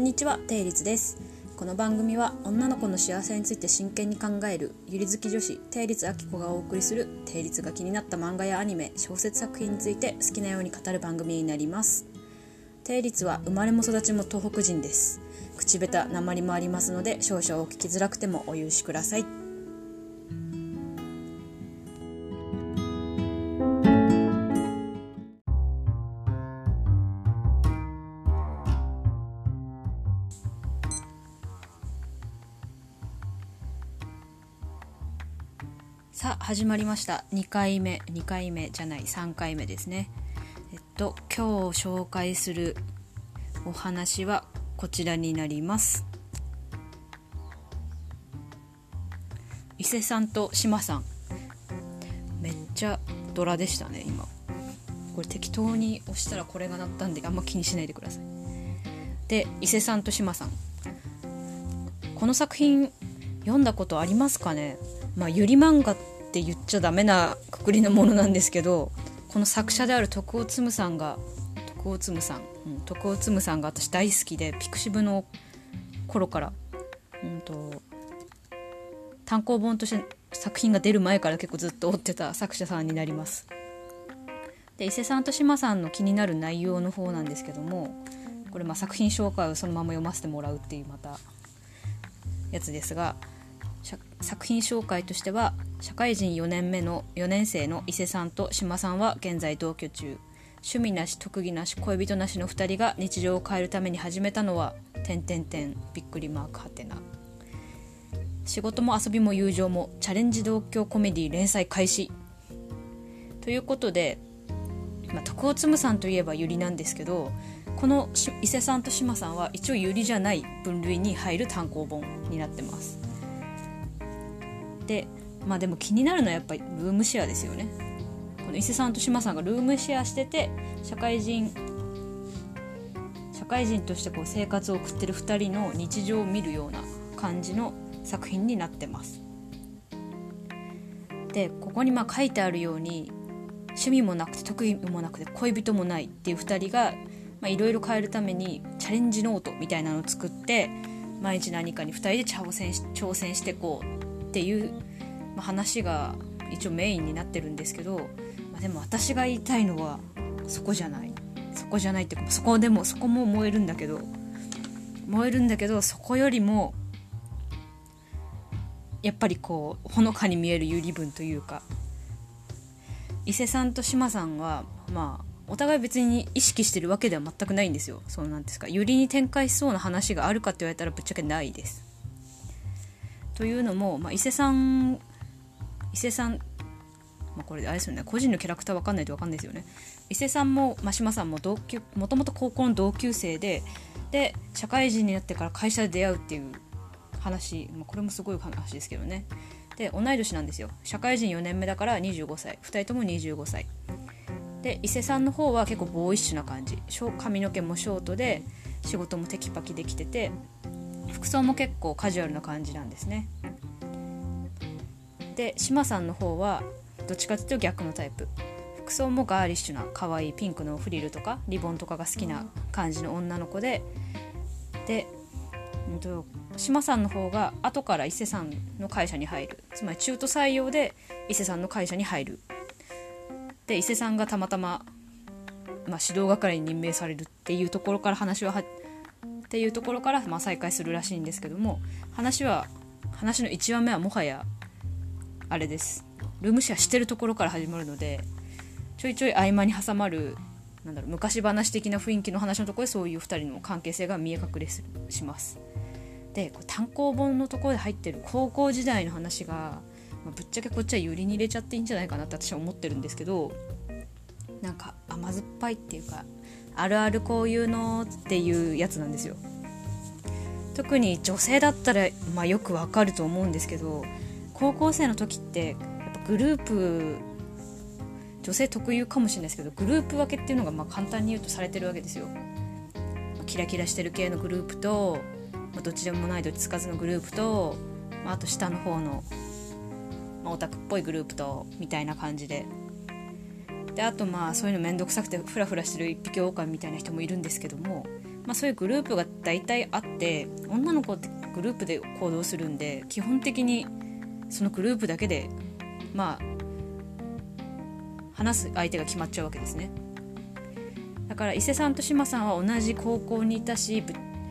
にちは、定律です。この番組は女の子の幸せについて真剣に考えるゆり好き女子定律あきこがお送りする定律が気になった漫画やアニメ、小説作品について好きなように語る番組になります。定律は生まれも育ちも東北人です。口下手なまりもありますので少々お聞きづらくてもお許しください。さあ始まりました。2回目じゃない3回目ですね。今日紹介するお話はこちらになります。伊勢さんと島さん、めっちゃドラでしたね。今これ適当に押したらこれが鳴ったんであんま気にしないでください。で、伊勢さんと島さん、この作品読んだことありますかね。ゆり漫画って言っちゃダメなくくりのものなんですけど、この作者である徳尾つむさんが私大好きで、ピクシブの頃から単行本として作品が出る前から結構ずっと追ってた作者さんになります。で、伊勢さんと島さんの気になる内容の方なんですけども、これ作品紹介をそのまま読ませてもらうっていうまたやつですが、作品紹介としては、社会人4年生の伊勢さんと島さんは現在同居中。趣味なし特技なし恋人なしの2人が日常を変えるために始めたのはびっくりマークはてな。仕事も遊びも友情もチャレンジ同居コメディ連載開始ということで、徳尾つむさんといえばゆりなんですけど、この伊勢さんと島さんは一応ゆりじゃない分類に入る単行本になってます。で、でも気になるのはやっぱりルームシェアですよね。この伊勢さんと島さんがルームシェアしてて、社会人としてこう生活を送ってる2人の日常を見るような感じの作品になってます。で、ここに書いてあるように、趣味もなくて特技もなくて恋人もないっていう2人がいろいろ変えるためにチャレンジノートみたいなのを作って、毎日何かに2人で挑戦していこうっていう話が一応メインになってるんですけど、でも私が言いたいのはそこじゃないっていうか、そこも燃えるんだけど、そこよりもやっぱりこうほのかに見えるゆり分というか、伊勢さんと島さんはお互い別に意識してるわけでは全くないんですよ。そうなんですか、ゆりに展開しそうな話があるかって言われたらぶっちゃけないです。というのも、伊勢さん、これあれですよね、個人のキャラクター分かんないと分かんないですよね。伊勢さんも、島さんももともと高校の同級生で社会人になってから会社で出会うっていう話、これもすごい話ですけどね。で、同い年なんですよ。社会人4年目だから25歳、2人とも25歳で、伊勢さんの方は結構ボーイッシュな感じ、髪の毛もショートで仕事もテキパキできてて、服装も結構カジュアルな感じなんですね。で、島さんの方はどっちかというと逆のタイプ、服装もガーリッシュな可愛いピンクのフリルとかリボンとかが好きな感じの女の子で、島さんの方が後から伊勢さんの会社に入る、つまり中途採用で伊勢さんの会社に入る。で、伊勢さんがたまたま、指導係に任命されるっていうところから再開するらしいんですけども、話の1話目はもはやあれです。ルームシェアしてるところから始まるので、ちょいちょい合間に挟まる昔話的な雰囲気の話のところでそういう2人の関係性が見え隠れします。で、単行本のところで入ってる高校時代の話が、ぶっちゃけこっちはゆりに入れちゃっていいんじゃないかなって私は思ってるんですけど、甘酸っぱいっていうか、あるあるこういうのっていうやつなんですよ。特に女性だったらよくわかると思うんですけど、高校生の時ってやっぱグループ、女性特有かもしれないですけど、グループ分けっていうのが簡単に言うとされてるわけですよ。キラキラしてる系のグループと、どっちでもないどっちつかずのグループと、あと下の方の、オタクっぽいグループとみたいな感じで、あとそういうのめんどくさくてフラフラしてる一匹狼みたいな人もいるんですけども、 そういうグループが大体あって、女の子ってグループで行動するんで、基本的にそのグループだけで話す相手が決まっちゃうわけですね。だから伊勢さんと志麻さんは同じ高校にいたし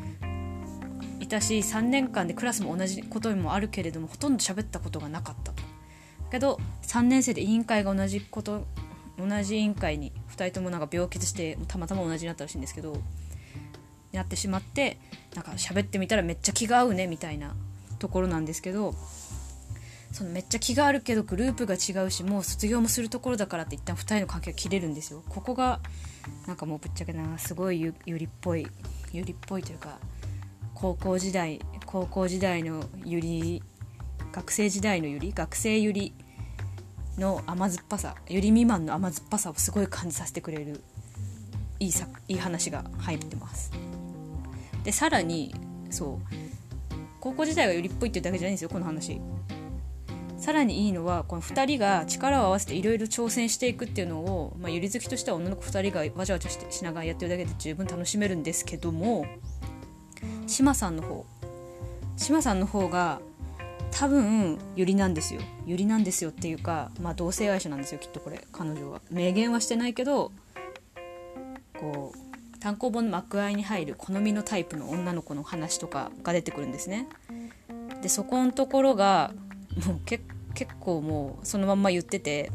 3年間でクラスも同じこともあるけれども、ほとんど喋ったことがなかったと。けど3年生で委員会が同じ委員会に2人とも病気してたまたま同じになったらしいんですけど、なってしまって、喋ってみたらめっちゃ気が合うねみたいなところなんですけど、そのめっちゃ気があるけどグループが違うし、もう卒業もするところだからって一旦2人の関係が切れるんですよ。ここがもうぶっちゃけすごいゆりっぽいというか、高校時代のゆり、学生時代のゆり、学生ゆりの甘酸っぱさ、ゆり未満の甘酸っぱさをすごい感じさせてくれるいい話が入ってます。でさらに高校時代がゆりっぽいっていうだけじゃないんですよ、この話。さらにいいのは、この2人が力を合わせていろいろ挑戦していくっていうのを、ゆり好きとしては女の子2人がわちゃわちゃしながらやってるだけで十分楽しめるんですけども、志麻さんの方が多分ゆりなんですよっていうか、同性愛者なんですよきっと。これ彼女は明言はしてないけど、単行本の幕間に入る好みのタイプの女の子の話とかが出てくるんですね。でそこのところがもう結構もうそのまんま言ってて、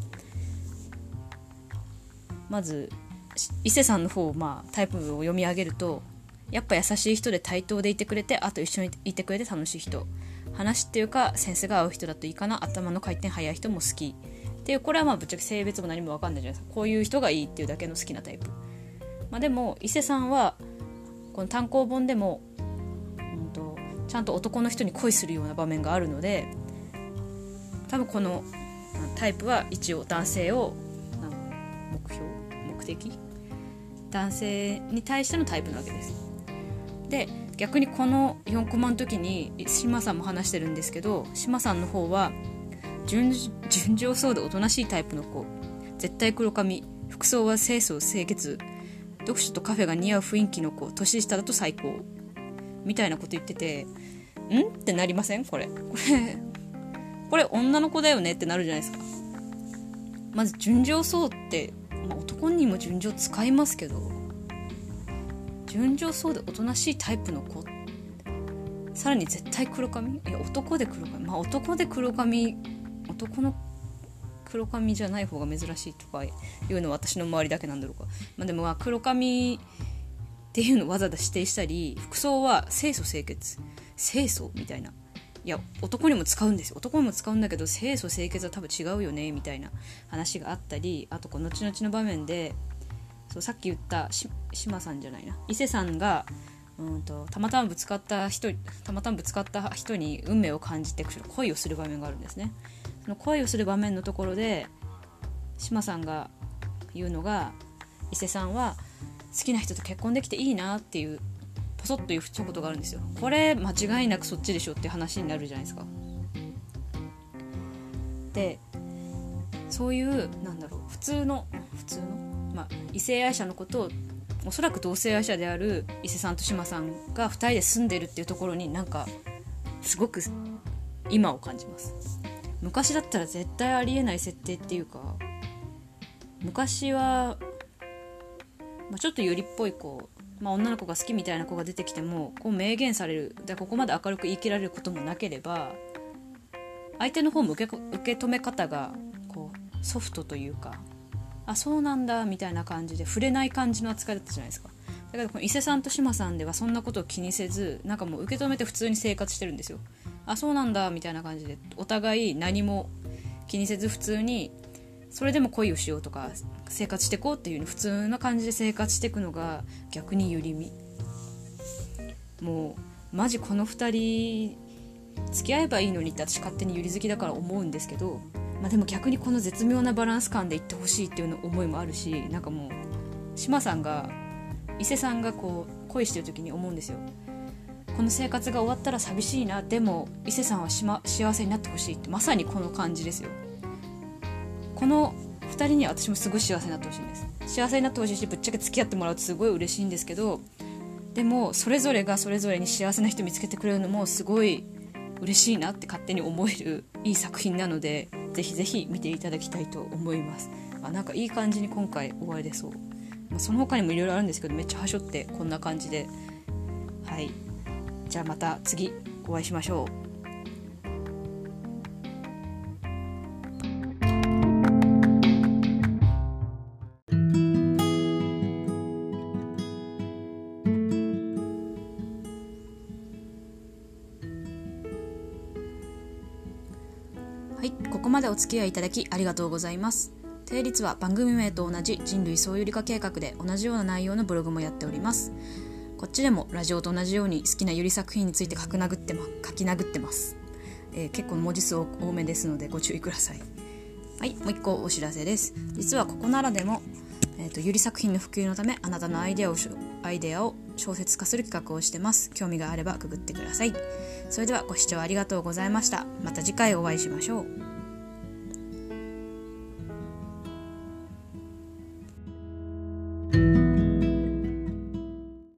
まず伊勢さんの方、タイプを読み上げると、やっぱ優しい人で対等でいてくれて、あと一緒にいてくれて楽しい人、話っていうかセンスが合う人だといいかな、頭の回転早い人も好きっていう、これはぶっちゃけ性別も何も分かんないじゃないですか。こういう人がいいっていうだけの好きなタイプ。でも伊勢さんはこの単行本でも、ちゃんと男の人に恋するような場面があるので、多分このタイプは一応男性を目的、男性に対してのタイプなわけです。で逆にこの4コマの時に志麻さんも話してるんですけど、志麻さんの方は純情そうでおとなしいタイプの子、絶対黒髪、服装は清楚清潔、読書とカフェが似合う雰囲気の子、年下だと最高みたいなこと言ってて、んってなりません？これ女の子だよねってなるじゃないですか。まず純情そうって、男にも純情使いますけど、純情そうでおとなしいタイプの子、さらに絶対黒髪、男で黒髪、男で黒髪、男の黒髪じゃない方が珍しいとかいうのは私の周りだけなんだろうか。でも黒髪っていうのをわざわざ指定したり、服装は清楚清潔、清楚みたいな、男にも使うんですよ、男にも使うんだけど清楚清潔は多分違うよねみたいな話があったり、あと後々の場面でさっき言った志麻さんじゃないな、伊勢さんがたまたまぶつかった人に運命を感じて恋をする場面があるんですね。その恋をする場面のところで志麻さんが言うのが、伊勢さんは好きな人と結婚できていいなっていうポソッという一言があるんですよ。これ間違いなくそっちでしょっていう話になるじゃないですか。でそういう普通の、異性愛者のことを、おそらく同性愛者である伊勢さんと志麻さんが2人で住んでるっていうところにすごく今を感じます。昔だったら絶対ありえない設定っていうか、昔は、ちょっとよりっぽい子、女の子が好きみたいな子が出てきても明言される、ここまで明るく言い切られることもなければ、相手の方も受け止め方がソフトというか、そうなんだみたいな感じで触れない感じの扱いだったじゃないですか。だからこの伊勢さんと志麻さんではそんなことを気にせず、もう受け止めて普通に生活してるんですよ。そうなんだみたいな感じで、お互い何も気にせず普通に、それでも恋をしようとか生活していこうっていう普通な感じで生活していくのが逆にゆりみ。もうマジこの2人付き合えばいいのにって私勝手にゆり好きだから思うんですけど、でも逆にこの絶妙なバランス感でいってほしいっていうの思いもあるし、もう志麻さんが伊勢さんが恋してる時に思うんですよ。この生活が終わったら寂しいな、でも伊勢さんは幸せになってほしいって、まさにこの感じですよ。この2人には私もすごい幸せになってほしいんです。幸せになってほしいし、ぶっちゃけ付き合ってもらうとすごい嬉しいんですけど、 でもそれぞれがそれぞれに幸せな人見つけてくれるのもすごい嬉しいなって勝手に思えるいい作品なので、ぜひぜひ見ていただきたいと思います。なんかいい感じに今回終わりでそう、その他にもいろいろあるんですけど、めっちゃはしょってこんな感じで、はい、じゃあまた次お会いしましょう。はい、ここまでお付き合いいただきありがとうございます。定律は番組名と同じ人類総有理化計画で同じような内容のブログもやっております。こっちでもラジオと同じように好きなゆり作品について書き殴ってます。結構文字数多めですのでご注意ください。はい、もう一個お知らせです。実はここならでも、ゆり作品の普及のためあなたのアイデアを小説化する企画をしてます。興味があればググってください。それではご視聴ありがとうございました。また次回お会いしましょう。